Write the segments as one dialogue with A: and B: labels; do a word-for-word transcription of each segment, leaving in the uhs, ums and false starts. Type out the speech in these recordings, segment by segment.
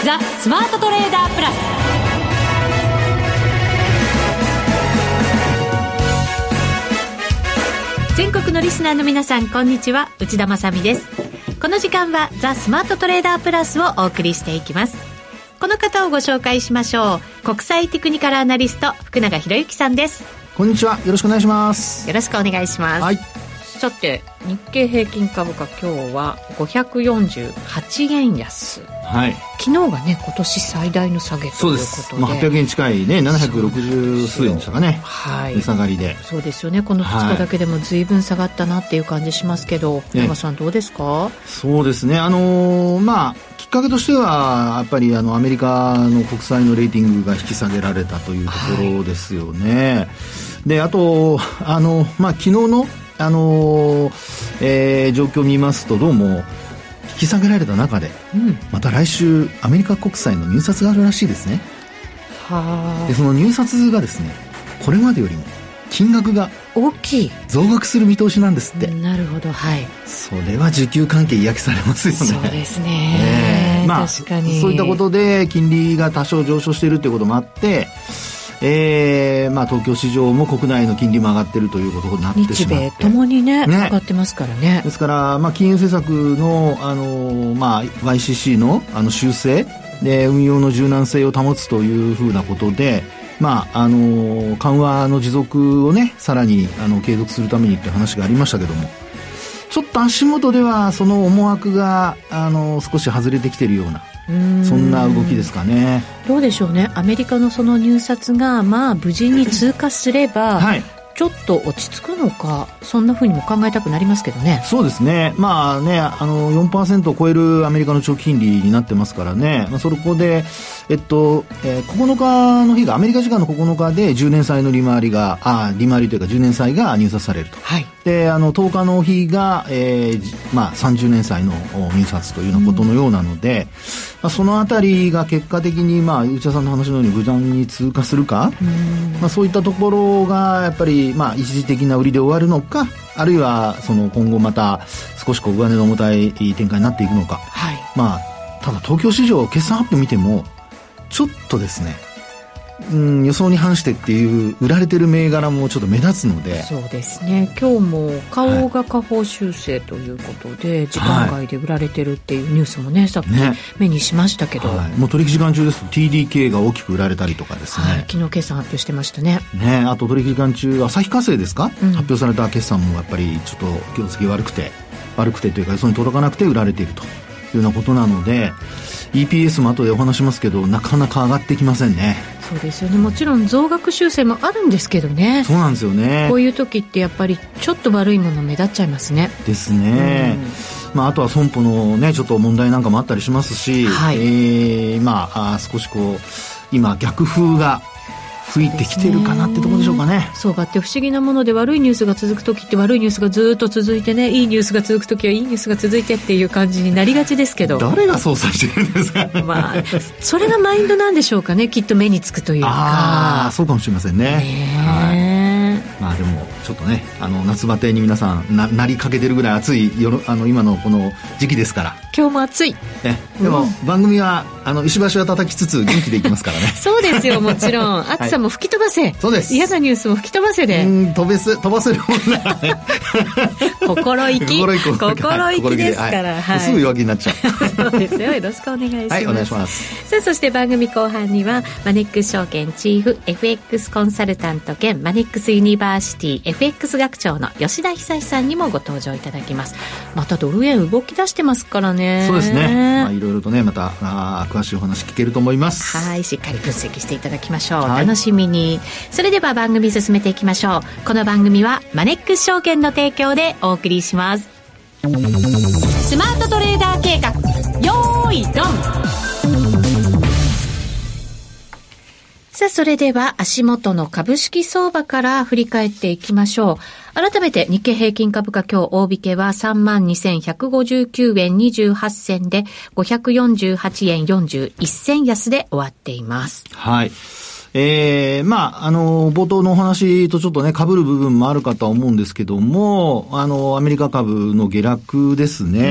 A: ザ・スマートトレーダープラス。全国のリスナーの皆さん、こんにちは、内田まさみです。この時間はザ・スマートトレーダープラスをお送りしていきます。この方をご紹介しましょう。国際テクニカルアナリスト、福永博之さんです。
B: こんにちは、よろしくお願いします。
A: よろしくお願いします、はい。さて、日経平均株価、今日はごひゃくよんじゅうはちえん安、はい、昨日がね今年最大の下げということで、そうです、
B: まあ、はっぴゃくえん近いね、ななひゃくろくじゅう数円でしたかね、はい、値下がりで。
A: そうですよね、このふつかだけでも随分下がったなっていう感じしますけど、山、はい、さんどうですか？
B: そうですね、あのー、まあきっかけとしてはやっぱりあのアメリカの国債のレーティングが引き下げられたというところですよね、はい、であとあの、まあ、昨日のあのーえー、状況を見ますと、どうも引き下げられた中で、うん、また来週アメリカ国債の入札があるらしいですね。はでその入札がですね、これまでよりも金額が
A: 大きい
B: 増額する見通しなんですって。
A: なるほど、はい。
B: それは需給関係嫌気されますよね。
A: そうですね、えーまあ、確かに
B: そういったことで金利が多少上昇しているということもあって、えーまあ、東京市場も国内の金利も上がっているということになってしまって、
A: 日米ともに ね, ね上がってますからね。
B: ですから、まあ、金融政策 の, あの、まあ、ワイシーシー の, あの修正で運用の柔軟性を保つというふうなことで、まあ、あの緩和の持続をねさらにあの継続するためにって話がありましたけども、ちょっと足元ではその思惑があの少し外れてきているような、んそんな動きですかね。
A: どうでしょうね、アメリカのその入札がまあ無事に通過すれば、はい、ちょっと落ち着くのか、そんな風にも考えたくなりますけどね。
B: そうですね、まあね、あの よんパーセント を超えるアメリカの長期金利になってますからね、まあ、そこで、えっとえー、ここのかの日がアメリカ時間のここのかでじゅうねん債の利回りがあ利回りというかじゅうねん債が入札されると、はい、であのとおかの日が、えーまあ、さんじゅうねん債の入札というようなことのようなので、まあ、そのあたりが結果的に、まあ、内田さんの話のように無難に通過するか、まあ、そういったところがやっぱり、まあ、一時的な売りで終わるのか、あるいはその今後また少しこう上値の重たい展開になっていくのか、はい、まあ、ただ東京市場決算発表見てもちょっとですね、うん、予想に反してっていう売られてる銘柄もちょっと目立つので。
A: そうですね、今日も顔が下方修正ということで、はい、時間外で売られてるっていうニュースもねさっき目にしましたけど、ね、
B: はい、もう取引時間中ですと ティーディーケー が大きく売られたりとかですね、はい、
A: 昨日決算発表してましたね。
B: ね、あと取引時間中旭化成ですか、うん、発表された決算もやっぱりちょっと業績悪くて悪くてというか予想に届かなくて売られているというようなことなので、 イーピーエス も後でお話しますけどなかなか上がってきませんね。
A: そうですよね、もちろん増額修正もあるんですけどね。
B: そうなんですよね、
A: こういう時ってやっぱりちょっと悪いもの目立っちゃいますね。
B: ですね、うん、まあ、あとは損保のねちょっと問題なんかもあったりしますし、はい、えー、まあ、あ少しこう今逆風が吹いてきてるかなってところでしょうかね。
A: 相場って不思議なもので、悪いニュースが続くときって悪いニュースがずっと続いてね、いいニュースが続くときはいいニュースが続いてっていう感じになりがちですけど、
B: 誰が操作してるんですか
A: まあ、それがマインドなんでしょうかね、きっと目につくというか。
B: ああ、そうかもしれませんね。ね、はい、まあ、でもちょっとね、あの夏バテに皆さん な, なりかけてるぐらい暑いよあの今のこの時期ですから、
A: 今日も暑い、
B: ね、でも、うん、番組はあの石橋は叩きつつ元気でいきますからね
A: そうですよ、もちろん暑さも吹き飛ばせ、はい、そうです、嫌なニュースも吹き飛ばせで、
B: うん飛べす飛ばせるもんな
A: 心意気心意気心意気ですから、はいはい、
B: すぐ弱気になっちゃ
A: うそうですよ、よろしくお願いします。
B: はい、お願いします。
A: さあ、そして番組後半にはマネックス証券チーフ エフエックス コンサルタント兼マネックスユニバーシティ エフエックス 学長の吉田久さんにもご登場いただきます。またドル円動き出してますからね。
B: そうですね、まあ、いろいろとねまたあ詳しいお話聞けると思います。
A: はい、しっかり分析していただきましょう、はい、楽しみに。それでは番組進めていきましょう。この番組はマネックス証券の提供でお送りします。スマートトレーダー計画、よーいドン。さあ、それでは足元の株式相場から振り返っていきましょう。改めて日経平均株価今日大引けは さんまんにせんひゃくごじゅうきゅうえんにじゅうはちせんでごひゃくよんじゅうはちえんよんじゅういっせん安で終わっています。
B: はい。えー、まあ、あの、冒頭のお話とちょっとね、被る部分もあるかとは思うんですけども、あの、アメリカ株の下落ですね。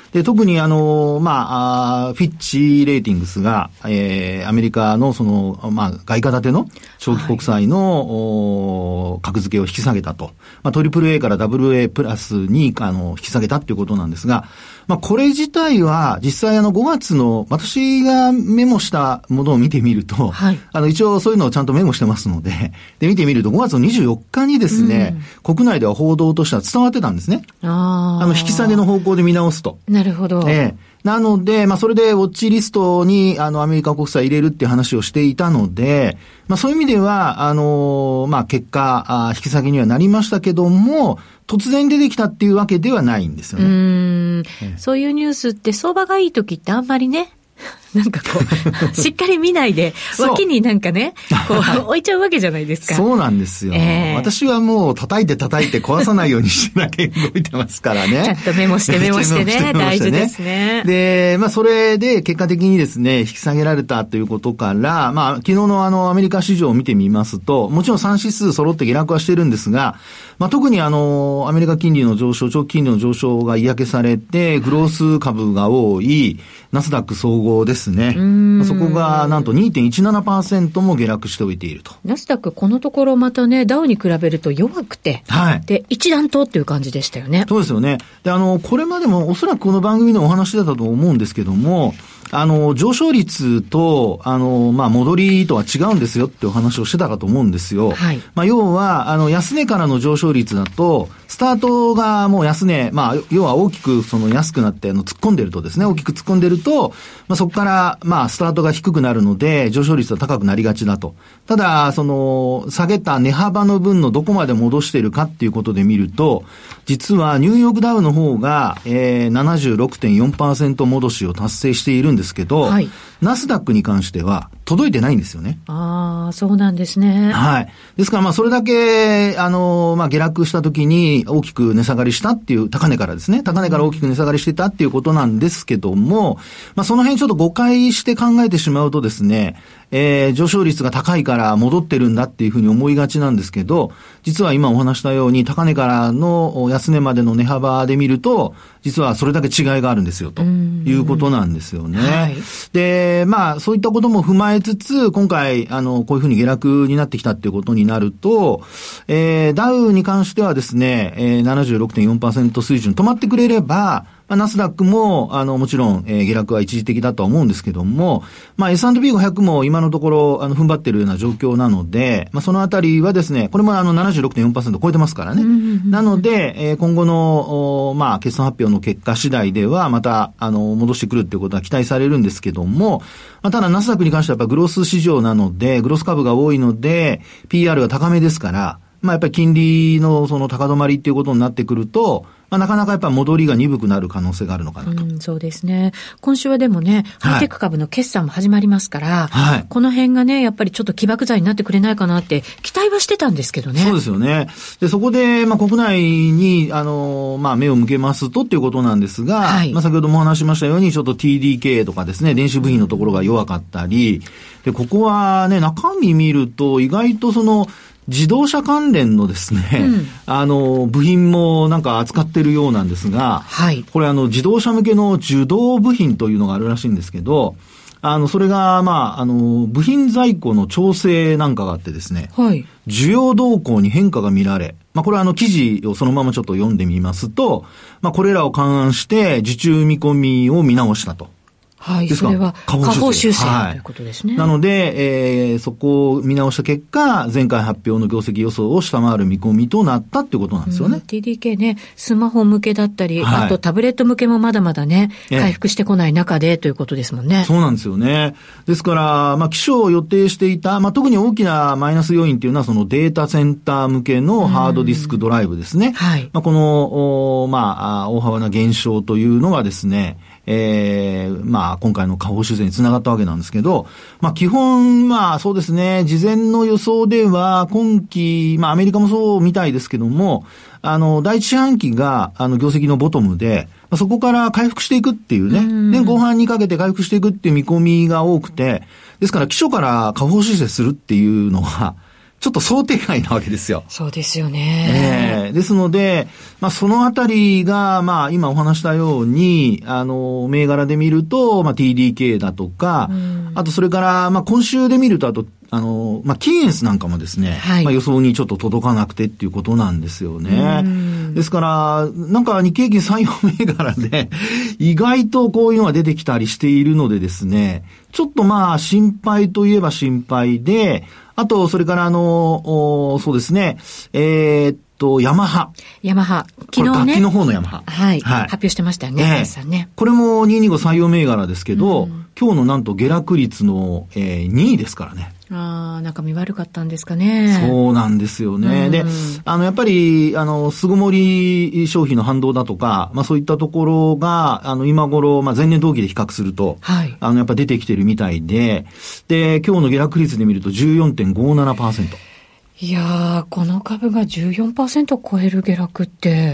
B: で、特にあの、まあ、フィッチレーティングスが、えー、アメリカのその、まあ、外貨建ての長期国債の、はい、格付けを引き下げたと。まあ、トリプル A から ダブルエー プラスに、あの、引き下げたっていうことなんですが、まあ、これ自体は、実際あの、ごがつの、私がメモしたものを見てみると、はい、あの、一応そういうのをちゃんとメモしてますので、で、見てみると、ごがつのにじゅうよっかにですね、うん、国内では報道としては伝わってたんですね。ああの、引き下げの方向で見直すと。
A: なるほど。
B: ええ。なので、まあ、それでウォッチリストに、あの、アメリカ国債入れるっていう話をしていたので、まあ、そういう意味では、あの、まあ、結果、あ引き下げにはなりましたけども、突然出てきたっていうわけではないんですよね。
A: うーん、ええ、そういうニュースって相場がいい時ってあんまりね、なんかこう、しっかり見ないで、脇になんかね、こう、置いちゃうわけじゃないですか。
B: そうなんですよ。えー、私はもう叩いて叩いて壊さないようにしなきゃ動いてますからね。
A: ちゃんとメモしてメモしてね、してね大事ですね。
B: で、まあそれで結果的にですね、引き下げられたということから、まあ昨日のあのアメリカ市場を見てみますと、もちろんさん指数揃って下落はしてるんですが、まあ特にあの、アメリカ金利の上昇、長期金利の上昇が嫌気されて、グロース株が多い、ナスダック総合ですね。そこがなんと にてんいちななパーセント も下落しておいていると。
A: ナスダックこのところまたね、ダウに比べると弱くて、はい。で、一段とっていう感じでしたよね。
B: そうですよね。で、あの、これまでもおそらくこの番組でお話してたと思うんですけども、あの、上昇率と、あの、まあ、戻りとは違うんですよってお話をしてたかと思うんですよ。はい。まあ、要は、あの、安値からの上昇率だと、スタートがもう安値、まあ、要は大きくその安くなって、あの、突っ込んでるとですね、大きく突っ込んでると、まあ、そこから、まあ、スタートが低くなるので、上昇率は高くなりがちだと。ただ、その、下げた値幅の分のどこまで戻しているかっていうことで見ると、実はニューヨークダウの方が、えー、ななじゅうろくてんよんパーセント 戻しを達成しているんですけど、はい、ナスダックに関しては届いてないんですよね。
A: ああ、そうなんですね。
B: はい。ですからまあそれだけ、あの、まあ下落した時に大きく値下がりしたっていう、高値からですね、高値から大きく値下がりしてたっていうことなんですけども、まあその辺ちょっと誤解して考えてしまうとですね、えー、上昇率が高いから戻ってるんだっていうふうに思いがちなんですけど、実は今お話したように高値からの安値までの値幅で見ると、実はそれだけ違いがあるんですよということなんですよね。はい、で、まあそういったことも踏まえつつ、今回あのこういうふうに下落になってきたっていうことになると、えー、ダウに関してはですね、えー、ななじゅうろくてんよんパーセント 水準止まってくれれば、まあ、ナスダックも、あの、もちろん、えー、下落は一時的だとは思うんですけども、まあ、エスアンドピーごひゃく も今のところ、あの、踏ん張ってるような状況なので、まあ、そのあたりはですね、これもあの、ななじゅうろくてんよんパーセント 超えてますからね。なので、えー、今後の、まあ、決算発表の結果次第では、また、あの、戻してくるっていうことは期待されるんですけども、まあ、ただ、ナスダックに関してはやっぱグロース市場なので、グロース株が多いので、ピーアール が高めですから、まあ、やっぱり金利のその高止まりっていうことになってくると、まあ、なかなかやっぱり戻りが鈍くなる可能性があるのかなと。
A: うん、そうですね。今週はでもね、ハイテク株の決算も始まりますから、はい、この辺がね、やっぱりちょっと起爆剤になってくれないかなって期待はしてたんですけどね。
B: そうですよね。で、そこで、まあ、国内に、あの、まあ、目を向けますとっていうことなんですが、はい、まあ、先ほどもお話しましたように、ちょっと ティーディーケー とかですね、電子部品のところが弱かったり、で、ここはね、中身見ると、意外とその、自動車関連のですね、うん、あの、部品もなんか扱ってるようなんですが、はい。これあの、自動車向けの受動部品というのがあるらしいんですけど、あの、それが、まあ、あの、部品在庫の調整なんかがあってですね、はい。需要動向に変化が見られ、まあ、これはあの、記事をそのままちょっと読んでみますと、まあ、これらを勘案して、受注見込みを見直したと。
A: はい。それは、下方修正ということですね。
B: はい、なので、えー、そこを見直した結果、前回発表の業績予想を下回る見込みとなったっていうことなんですよね。うん、
A: ティーディーケー ね、スマホ向けだったり、はい、あとタブレット向けもまだまだね、回復してこない中でということですもんね。
B: そうなんですよね。ですから、まあ、期初を予定していた、まあ、特に大きなマイナス要因っていうのは、そのデータセンター向けのハードディスクドライブですね。はい。まあ、この、まあ、大幅な減少というのがですね、えー、まあ、今回の下方修正につながったわけなんですけど、まあ、基本、まあ、そうですね、事前の予想では、今期、まあ、アメリカもそうみたいですけども、あの、第一四半期が、あの、業績のボトムで、そこから回復していくっていうね、年後半にかけて回復していくっていう見込みが多くて、ですから、基礎から下方修正するっていうのは、 ちょっと想定外なわけですよ。
A: そうですよね。
B: えー、ですので、まあ、そのあたりが、まあ、今お話したように、あの、銘柄で見ると、まあ、ティーディーケー だとか、うん、あとそれから、まあ、今週で見ると、あと、あの、まあ、キーエンスなんかもですね、はい、まあ、予想にちょっと届かなくてっていうことなんですよね。ですから、なんか日経平均さん、よん銘柄で、意外とこういうのが出てきたりしているのでですね、ちょっとまあ、心配といえば心配で、あと、それからあの、そうですね、えー、っと、ヤマハ。
A: ヤマハ。昨日ね。
B: 楽器の方のヤマハ。
A: はい。はい、発表してましたよね。えー、さんね。
B: これもにひゃくにじゅうご採用銘柄ですけど、うん、今日のなんと下落率の、えー、にいですからね。
A: ああ、中身悪かったんですかね。
B: そうなんですよね。うん、で、あの、やっぱり、あの、巣ごもり消費の反動だとか、まあそういったところが、あの、今頃、まあ前年同期で比較すると、はい。あの、やっぱ出てきてるみたいで、で、今日の下落率で見ると じゅうよんてんごななパーセント。
A: いやー、この株が じゅうよんパーセント を超える下落って、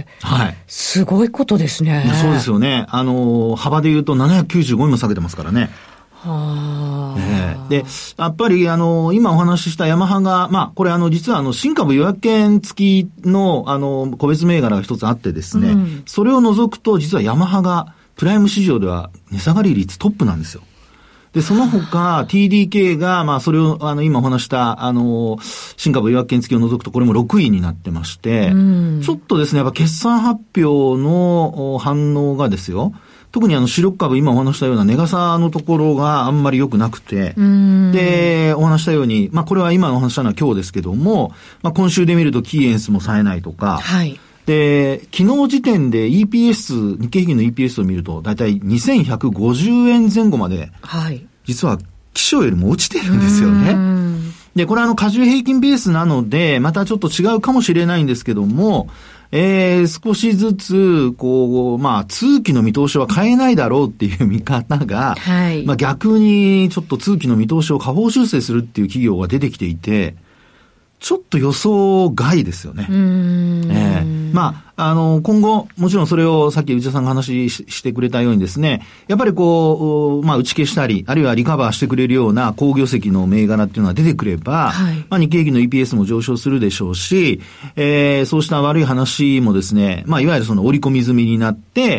A: はい。すごいことですね。
B: そうですよね。あの、幅で言うとななひゃくきゅうじゅうごえんも下げてますからね。
A: はあ、
B: えー、で、やっぱりあの、今お話ししたヤマハが、まあ、これあの、実はあの、新株予約券付きの、あの、個別銘柄が一つあってですね、うん、それを除くと、実はヤマハが、プライム市場では値下がり率トップなんですよ。で、その他、ティーディーケー が、まあ、それを、あの、今お話した、あの、新株予約券付きを除くと、これもろくいになってまして、うん、ちょっとですね、やっぱ決算発表の反応がですよ、特にあの主力株今お話したような値傘のところがあんまり良くなくて、で、お話したように、まあこれは今お話したのは今日ですけども、まあ今週で見るとキーエンスも冴えないとか、はい。で、昨日時点で イーピーエス、日経平均の イーピーエス を見ると、だいたいにせんひゃくごじゅうえんぜん後まで、はい。実は期初よりも落ちてるんですよね。で、これはあの過重平均ベースなので、またちょっと違うかもしれないんですけども、えー、少しずつ、こう、まあ、通期の見通しは変えないだろうっていう見方が、はい。まあ逆にちょっと通期の見通しを下方修正するっていう企業が出てきていて、ちょっと予想外ですよね。うーんえー、まあ、あの、今後、もちろんそれをさっき内田さんが話 し, してくれたようにですね、やっぱりこう、まあ、打ち消したり、あるいはリカバーしてくれるような高業績の銘柄っていうのが出てくれば、はい、まあ、日経平均の イーピーエス も上昇するでしょうし、えー、そうした悪い話もですね、まあ、いわゆるその織り込み済みになって、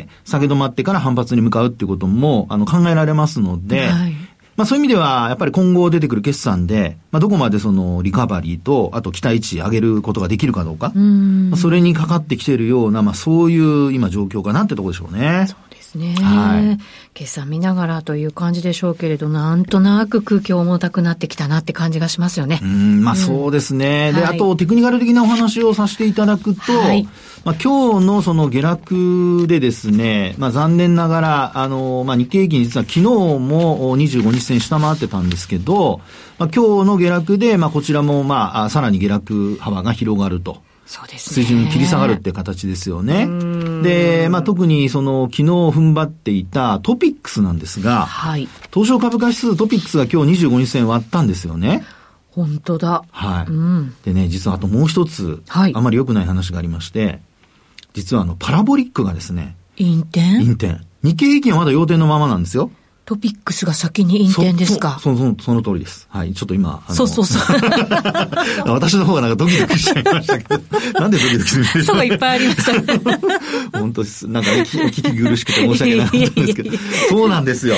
B: 下げ止まってから反発に向かうっていうことも、あの、考えられますので、はいまあそういう意味では、やっぱり今後出てくる決算で、まあどこまでそのリカバリーと、あと期待値上げることができるかどうか、うんそれにかかってきているような、まあそういう今状況かなってところでしょうね。
A: そうですね。はい。決算見ながらという感じでしょうけれど、なんとなく空気重たくなってきたなって感じがしますよね。
B: うん、まあそうですね。うん、で、はい、あとテクニカル的なお話をさせていただくと、はいまあ、今日のその下落でですね、まあ残念ながら、あの、まあ日経平均実は昨日もにじゅうごにち線下回ってたんですけど、まあ今日の下落で、まあこちらもまあさらに下落幅が広がると。
A: そうですね。
B: 水準に切り下がるって形ですよね。で、まあ特にその昨日踏ん張っていたトピックスなんですが、はい。東証株価指数トピックスが今日にじゅうごにち線割ったんですよね。
A: 本当だ。
B: はい。うん、でね、実はあともう一つ、はい、あまり良くない話がありまして、実はあの、パラボリックがですね。
A: 陰転
B: 陰転。日経平均はまだ陽転のままなんですよ。
A: トピックスが先に陰転ですか。
B: そ、そ、そ, その通りです。はい。ちょっと今。
A: あのそうそうそう。
B: 私の方がなんかドキドキしちゃいましたけど。なんでドキドキするんですか。
A: そういっぱいありましたね。
B: 本当です。なんかね、お聞き苦しくて申し訳なかったんですけど。そうなんですよ。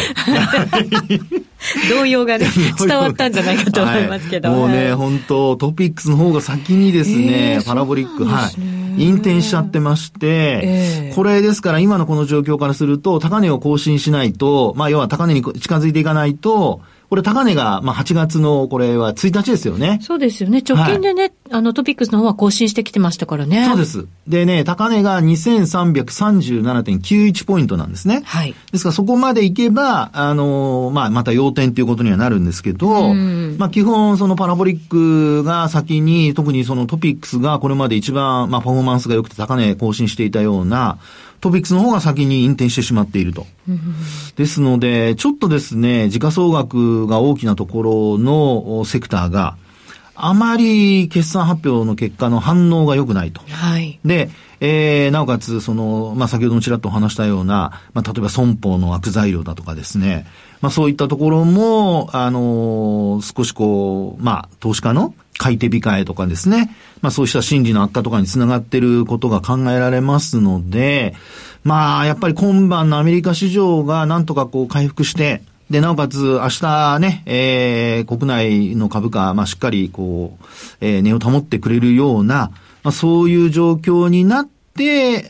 A: 動揺がね、伝わったんじゃないかと思いますけど。
B: はい、もうね、本当トピックスの方が先にですね、えー、パラボリック、はい。陰転しちゃってまして、えー、これですから今のこの状況からすると高値を更新しないと、まあ要は高値に近づいていかないと、これ高値が、まあはちがつのこれはついたちですよね。
A: そうですよね。直近でね、はい、あのトピックスの方は更新してきてましたからね。
B: そうです。でね、高値が にせんさんびゃくさんじゅうななてんきゅういち ポイントなんですね。はい。ですからそこまでいけば、あの、まあまた陽転っていうことにはなるんですけど、まあ基本そのパラボリックが先に、特にそのトピックスがこれまで一番、まあパフォーマンスが良くて高値更新していたような、トピックスの方が先に陰転してしまっていると。ですので、ちょっとですね、時価総額が大きなところのセクターが、 あまり決算発表の結果の反応が良くないと。
A: はい。
B: で、えー、なおかつ、その、まあ、先ほどもちらっとお話したような、まあ、例えば損保の悪材料だとかですね、まあ、そういったところも、あのー、少しこう、まあ、投資家の買い手控えとかですね、まあ、そうした心理の悪化とかにつながっていることが考えられますので、まあ、やっぱり今晩のアメリカ市場がなんとかこう回復して、で、なおかつ、明日ね、えー、国内の株価、まあ、しっかり、こう、えー、値を保ってくれるような、まあ、そういう状況になって、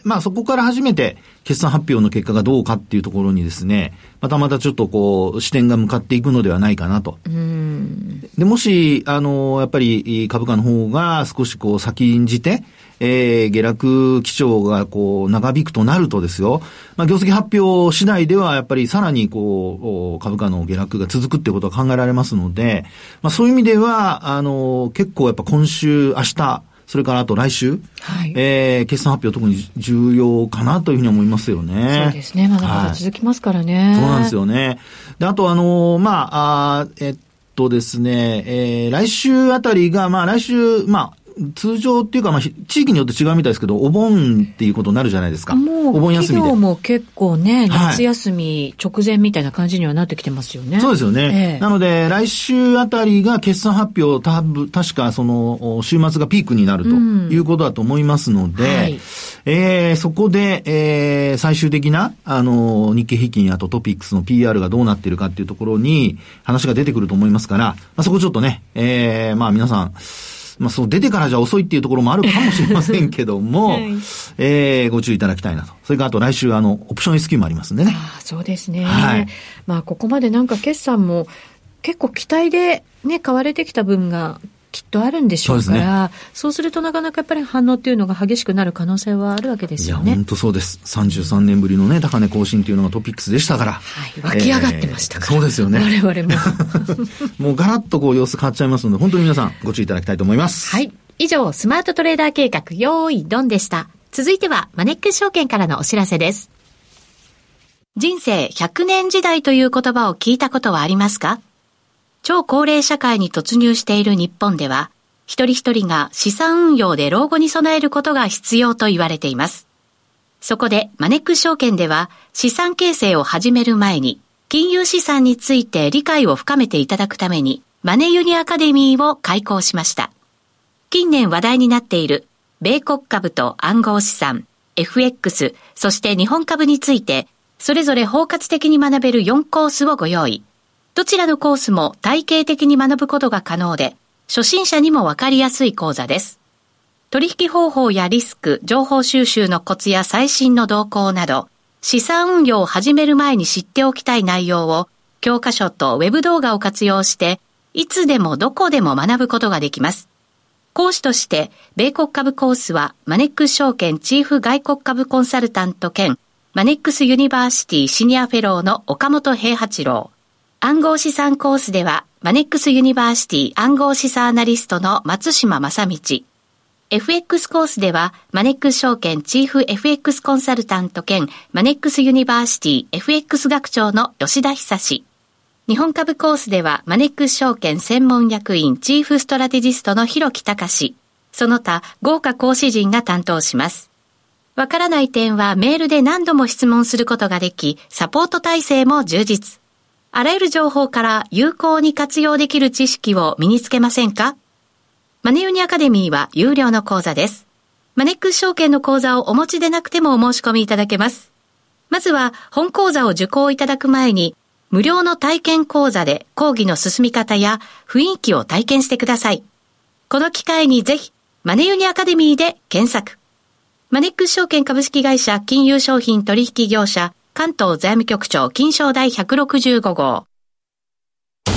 B: まあ、そこから初めて、決算発表の結果がどうかっていうところにですね、またまたちょっとこう、視点が向かっていくのではないかなと。
A: うーん
B: で、もし、あの、やっぱり、株価の方が少しこう、先んじて、えー、下落基調がこう長引くとなるとですよ、まあ、業績発表次第ではやっぱりさらにこう株価の下落が続くっていうことが考えられますので、まあ、そういう意味ではあの結構やっぱ今週明日それからあと来週、はい、えー、決算発表特に重要かなというふうに思いますよね。
A: そうですね。まだまだ続きますからね。
B: はい、そうなんですよね。で、あとあのまああえっとですね、えー、来週あたりがまあ来週まあ通常っていうか、まあ、地域によって違うみたいですけど、お盆っていうことになるじゃないですか。
A: もう、
B: お盆休みで。
A: 企業も結構ね、夏休み直前みたいな感じにはなってきてますよね。
B: はい、そうですよね。
A: ええ、
B: なので、来週あたりが決算発表、たぶ、確かその、週末がピークになるということだと思いますので、うん、はい、えー、そこで、えー、最終的な、あの、日経平均あとトピックスの ピーアール がどうなっているかっていうところに話が出てくると思いますから、まあ、そこちょっとね、えー、まあ皆さん、まあ、そう出てからじゃ遅いっていうところもあるかもしれませんけども、はい、えー、ご注意いただきたいなと。それからあと来週あのオプション エスキュー もありますんでね。
A: ああ、そうですね。
B: はい。
A: まあここまでなんか決算も結構期待でね買われてきた分がきっとあるんでしょうから、そうですね、そうするとなかなかやっぱり反応っていうのが激しくなる可能性はあるわけですよね。
B: いや本当そうです。さんじゅうさんねんぶりのね高値更新というのがトピックスでしたから、は
A: い、湧き上がってましたから、
B: えー、そうですよね。
A: 我々も
B: もうガラッとこう様子変わっちゃいますので、本当に皆さんご注意いただきたいと思います。
A: はい。以上、スマートトレーダー計画用意ドンでした。続いてはマネックス証券からのお知らせです。人生ひゃくねん時代という言葉を聞いたことはありますか？超高齢社会に突入している日本では、一人一人が資産運用で老後に備えることが必要と言われています。そこでマネックス証券では資産形成を始める前に金融資産について理解を深めていただくためにマネユニアカデミーを開講しました。近年話題になっている米国株と暗号資産、エフエックス、そして日本株についてそれぞれ包括的に学べるよんコースをご用意。どちらのコースも体系的に学ぶことが可能で、初心者にもわかりやすい講座です。取引方法やリスク、情報収集のコツや最新の動向など、資産運用を始める前に知っておきたい内容を、教科書とウェブ動画を活用して、いつでもどこでも学ぶことができます。講師として、米国株コースは、マネックス証券チーフ外国株コンサルタント兼、マネックスユニバーシティシニアフェローの岡本平八郎。暗号資産コースでは、マネックスユニバーシティ暗号資産アナリストの松島正道。エフエックス コースでは、マネックス証券チーフ エフエックス コンサルタント兼、マネックスユニバーシティ エフエックス 学長の吉田久志。日本株コースでは、マネックス証券専門役員チーフストラテジストの広木隆。その他、豪華講師陣が担当します。わからない点はメールで何度も質問することができ、サポート体制も充実。あらゆる情報から有効に活用できる知識を身につけませんか？マネユニアカデミーは有料の講座です。マネックス証券の講座をお持ちでなくてもお申し込みいただけます。まずは本講座を受講いただく前に、無料の体験講座で講義の進み方や雰囲気を体験してください。この機会にぜひ、マネユニアカデミーで検索。マネックス証券株式会社金融商品取引業者関東財務局長金賞第ひゃくろくじゅうご号。ザ・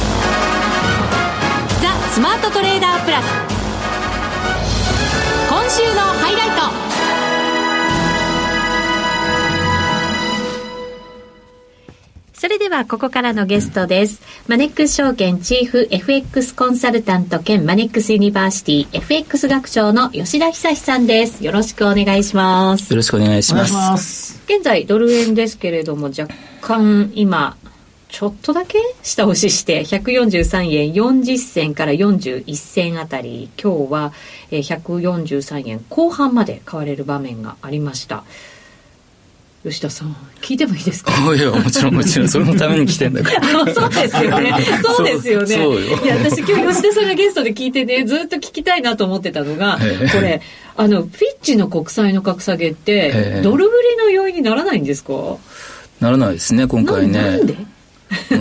A: スマートトレーダープラス。今週のハイライト。それではここからのゲストです。マネックス証券チーフ エフエックス コンサルタント兼マネックスユニバーシティ エフエックス 学長の吉田久さんです。よろしくお願いします。
C: よろしくお願いします。
A: 現在ドル円ですけれども若干今ちょっとだけ下押ししてひゃくよんじゅうさんえんよんじゅっ銭からよんじゅういっ銭あたり、今日はひゃくよんじゅうさんえんこう半まで買われる場面がありました。吉田さん、聞いてもいいですか？
C: いや、もちろんもちろん、それのために来てんだから
A: そうですよね、そうですよね。
C: そうよ。
A: いや、私今日吉田さんがゲストで聞いてね、ずっと聞きたいなと思ってたのが、えー、これあのフィッチの国債の格下げって、えー、ドル売りの要因にならないんですか？
C: ならないですね、今回ね。
A: な, なんで、うん、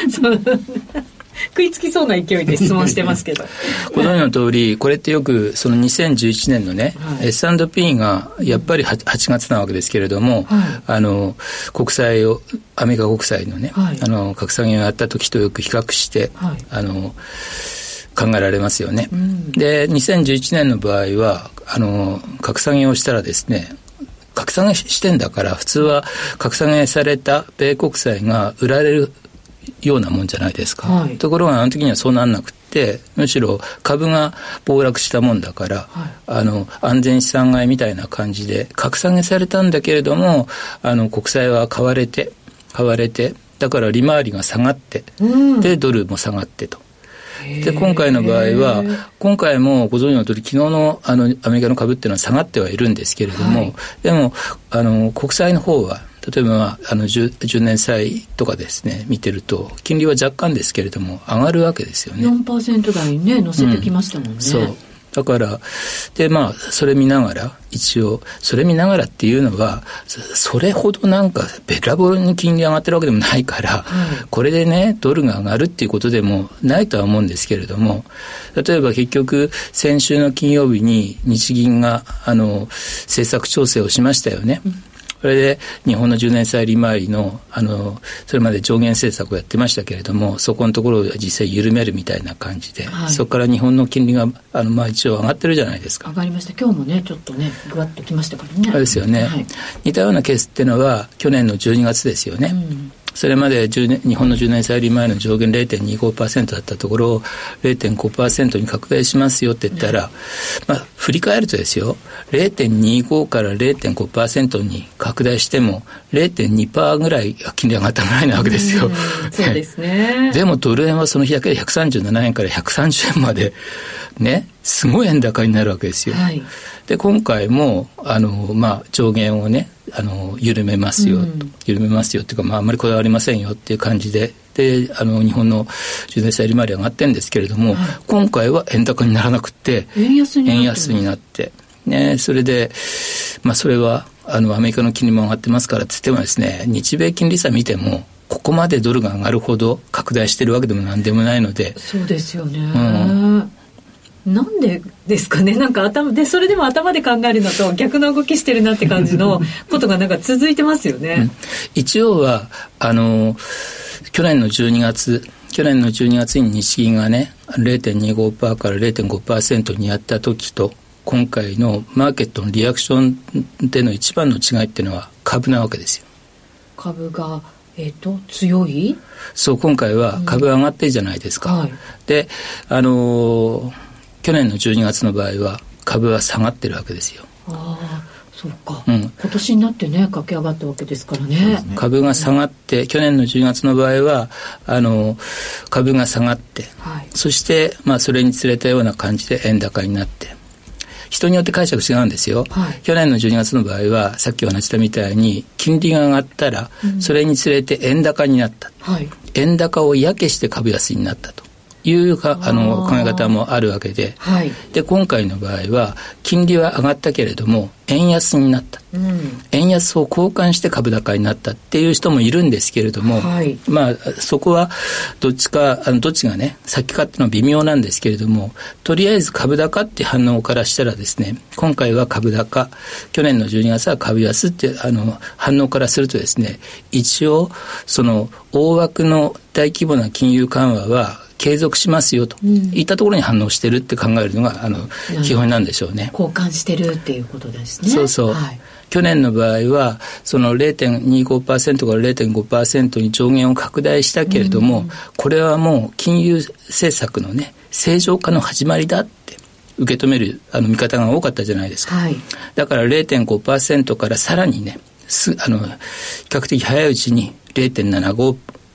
A: そう食いつきそうな勢いで質問してますけど
C: ご存知の通り、これってよくそのにせんじゅういちねんのね、はい、エスアンドピー がやっぱりはちがつなわけですけれども、はい、あの国債をアメリカ国債のね、はい、あの格下げをやった時とよく比較して、はい、あの考えられますよね、うん、でにせんじゅういちねんの場合はあの格下げをしたらですね、格下げしてんだから普通は格下げされた米国債が売られるようなもんじゃないですか、はい、ところがあの時にはそうなんなくって、むしろ株が暴落したもんだから、はい、あの安全資産買いみたいな感じで格下げされたんだけれども、あの国債は買われて買われてだから利回りが下がって、うん、でドルも下がってと。で今回の場合は今回もご存知の通り昨日の、あのアメリカの株っていうのは下がってはいるんですけれども、はい、でもあの国債の方は例えばあの 10, じゅうねん債とかですね見てると金利は若干ですけれども上がるわけですよね。
A: よんパーセント 台にね乗せてきましたもんね、うん、
C: そうだからでまあそれ見ながら一応それ見ながらっていうのはそれほどなんかべらぼうに金利上がってるわけでもないから、はい、これでねドルが上がるっていうことでもないとは思うんですけれども、例えば結局先週の金曜日に日銀があの政策調整をしましたよね、うん、それで日本のじゅうねん債利回り の, あのそれまで上限政策をやってましたけれども、そこのところを実際緩めるみたいな感じで、はい、そこから日本の金利があの、まあ、一応上がってるじゃないですか。
A: 上がりました。今日もねちょっとねぐわっときましたからね。
C: そうですよね、はい、似たようなケースっていうのは去年のじゅうにがつですよね、うん、それまでじゅうねん日本のじゅうねん債利回りの上限 れいてんにごパーセント だったところを れいてんごパーセント に拡大しますよって言ったら、ねまあ、振り返るとですよ れいてんにご から れいてんごパーセント に拡大しても れいてんにパーセント ぐらい金利上がったぐらいなわけですよ。
A: そうですね
C: でもドル円はその日だけでひゃくさんじゅうななえんからひゃくさんじゅうえんまでねすごい円高になるわけですよ、はい、で今回もあの、まあ、上限をねあの緩めますよ、うん、緩めますよっていうか、まあ、あんまりこだわりませんよっていう感じでであの日本のじゅうねん債利回り上がってるんですけれども、はい、今回は円高にならなくて
A: 円安になって
C: 円安になってね、それで、まあ、それはあのアメリカの金利も上がってますからつってもですね、日米金利差見てもここまでドルが上がるほど拡大してるわけでもなんでもないので。
A: そうですよね、うんなんでですかね。なんか頭でそれでも頭で考えるのと逆の動きしてるなって感じのことがなんか続いてますよね、うん、
C: 一応はあの去年のじゅうにがつ去年のじゅうにがつに日銀がね れいてんにごパーセント から れいてんごパーセント にやった時と今回のマーケットのリアクションでの一番の違いっていうのは株なわけですよ。
A: 株がえー、と強い
C: そう今回は株上がってるじゃないですか、うんはい、であのー去年のじゅうにがつの場合は株は下がってるわけですよ。
A: ああそうか、うん、今年になってね駆け上がったわけですから ね, ね
C: 株が下がって、うん、去年のじゅうがつの場合はあの株が下がって、はい、そして、まあ、それにつれたような感じで円高になって人によって解釈違うんですよ、はい、去年のじゅうにがつの場合はさっきお話したみたいに金利が上がったら、うん、それにつれて円高になった、はい、円高をやけして株安になったというかあの考え方もあるわけで、はい、で今回の場合は金利は上がったけれども円安になった、うん、円安を交換して株高になったっていう人もいるんですけれども、はい、まあそこはどっちかあのどっちがね先かっていうのは微妙なんですけれども、とりあえず株高って反応からしたらですね、今回は株高、去年のじゅうにがつは株安ってあの反応からするとですね、一応その大枠の大規模な金融緩和は継続しますよといったところに反応してるって考えるのがあの基本なんでしょうね。
A: 交換してるっていうことですね。
C: そうそう、はい、去年の場合はその れいてんにごパーセント から れいてんごパーセント に上限を拡大したけれども、うん、これはもう金融政策のね正常化の始まりだって受け止めるあの見方が多かったじゃないですか、はい、だから れいてんごパーセント からさらにねすあの比較的早いうちに れいてんななごパ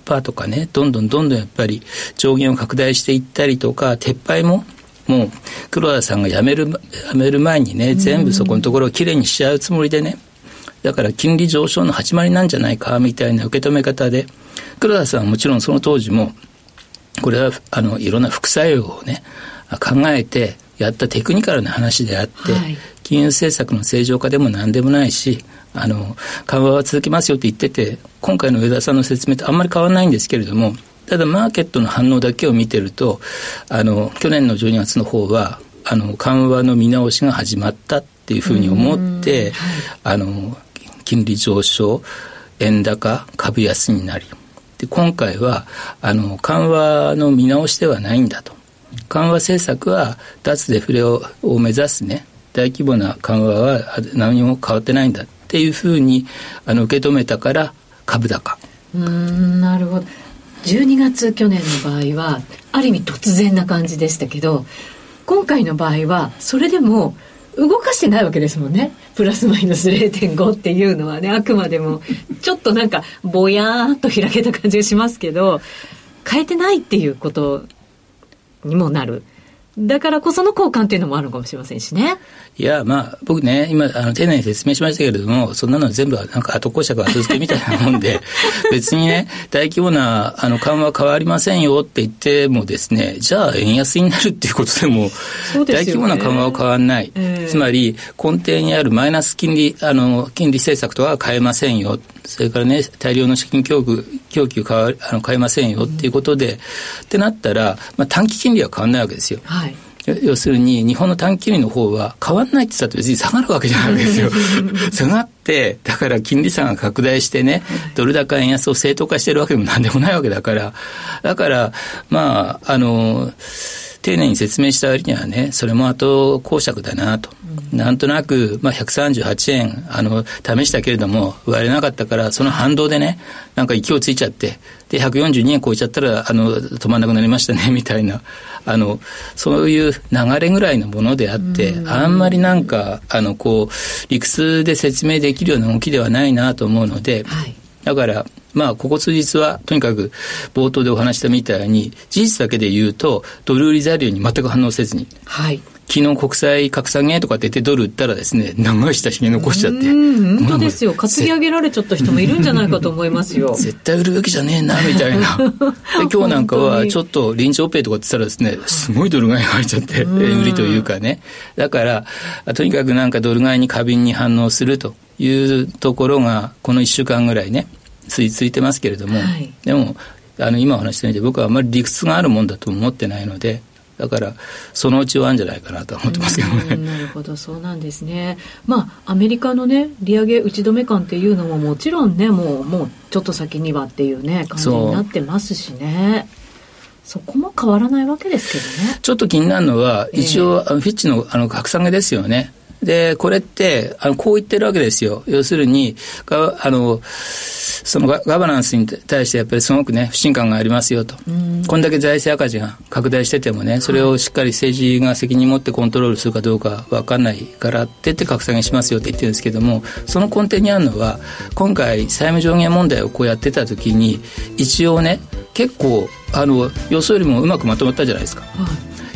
C: パーセント とかね、どんどんどんどんやっぱり上限を拡大していったりとか、撤廃ももう黒田さんが辞める、辞める前にね、全部そこのところをきれいにしちゃうつもりでね、だから金利上昇の始まりなんじゃないかみたいな受け止め方で、黒田さんはもちろんその当時もこれはあのいろんな副作用をね考えてやったテクニカルな話であって、はい、金融政策の正常化でも何でもないし、あの緩和は続きますよって言ってて、今回の上田さんの説明とあんまり変わらないんですけれども、ただマーケットの反応だけを見てると、あの去年のじゅうにがつの方はあの緩和の見直しが始まったっていうふうに思って、はい、あの金利上昇、円高、株安になり、で今回はあの緩和の見直しではないんだと、緩和政策は脱デフレ を, を目指すね大規模な緩和は何も変わってないんだっていうふうにあの受け止めたから株高。
A: うーん、なるほど。じゅうにがつ去年の場合はある意味突然な感じでしたけど、今回の場合はそれでも動かしてないわけですもんね。プラスマイナス ゼロてんご っていうのはね、あくまでもちょっとなんかぼやーっと開けた感じがしますけど、変えてないっていうことにもなる。だからこその交換っていうのもあるかもしれませんしね。
C: いや、まあ僕ね、今あの丁寧に説明しましたけれども、そんなの全部はなんか後講釈後付けみたいなもんで別にね大規模なあの緩和変わりませんよって言ってもですね、じゃあ円安になるっていうことでもそうですよね、大規模な緩和は変わらない、えー、つまり根底にあるマイナス金利あの金利政策とは変えませんよ、それからね大量の資金供給供給変わあの変えませんよっていうことで、うん、ってなったら、まあ、短期金利は変わらないわけですよ。はい、要するに日本の短期金利の方は変わらないって言ったって別に下がるわけじゃないわけですよ下がってだから金利差が拡大してね、ドル高円安を正当化してるわけでもなんでもないわけだからだからまああの丁寧に説明した割にはね、それも後講釈だなと、うん、なんとなく、まあ、ひゃくさんじゅうはちえんあの試したけれども割れなかったから、その反動でねなんか勢いついちゃって、でひゃくよんじゅうにえん超えちゃったらあの止まんなくなりましたねみたいな、あのそういう流れぐらいのものであって、うん、あんまりなんかあのこう理屈で説明できるような動きではないなと思うので、はい、だからまあここ数日はとにかく冒頭でお話したみたいに事実だけで言うとドル売り材料に全く反応せずに、はい、昨日国債格下げとかって言ってドル売ったらですね、長い下髭残しちゃって、
A: うん本当ですよ、担ぎ上げられちゃった人もいるんじゃないかと思いますよ
C: 絶対売るべきじゃねえなみたいなで今日なんかはちょっと臨場ペイとかって言ったらですね、すごいドル買いが入っちゃって売りというかね、だからとにかくなんかドル買いに過敏に反応するというところがこのいっしゅうかんぐらいねついついてますけれども、はい、でもあの今お話したように僕はあまり理屈があるもんだと思ってないので、だからそのうちはあるんじゃないかなと思ってますけどね。
A: なるほど、そうなんですね。まあアメリカのね利上げ打ち止め感っていうのももちろんねもうもうちょっと先にはっていうね感じになってますしね。そこも変わらないわけですけどね。
C: ちょっと気になるのは一応、えー、フィッチのあの格下げですよね。でこれってあのこう言ってるわけですよ。要するにあのその ガ, ガバナンスに対してやっぱりすごくね不信感がありますよと、こんだけ財政赤字が拡大しててもね、それをしっかり政治が責任持ってコントロールするかどうか分かんないからって言って格下げしますよって言ってるんですけども、その根底にあるのは今回債務上限問題をこうやってた時に一応ね結構あの予想よりもうまくまとまったじゃないですか、はい、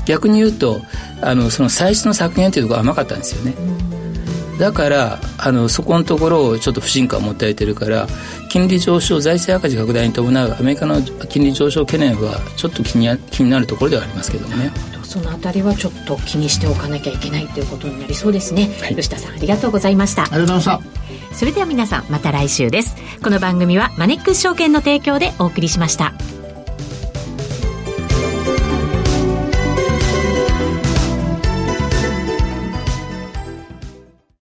C: 逆に言うとあのその歳出の削減というところが甘かったんですよね。だからあのそこのところをちょっと不信感を持たれてるから、金利上昇財政赤字拡大に伴うアメリカの金利上昇懸念はちょっと気に、気になるところではありますけどもね。
A: そのあたりはちょっと気にしておかなきゃいけないということになりそうですね、はい、吉田さんありがとうございました。
B: ありがとうございました。
A: それでは皆さんまた来週です。この番組はマネックス証券の提供でお送りしました。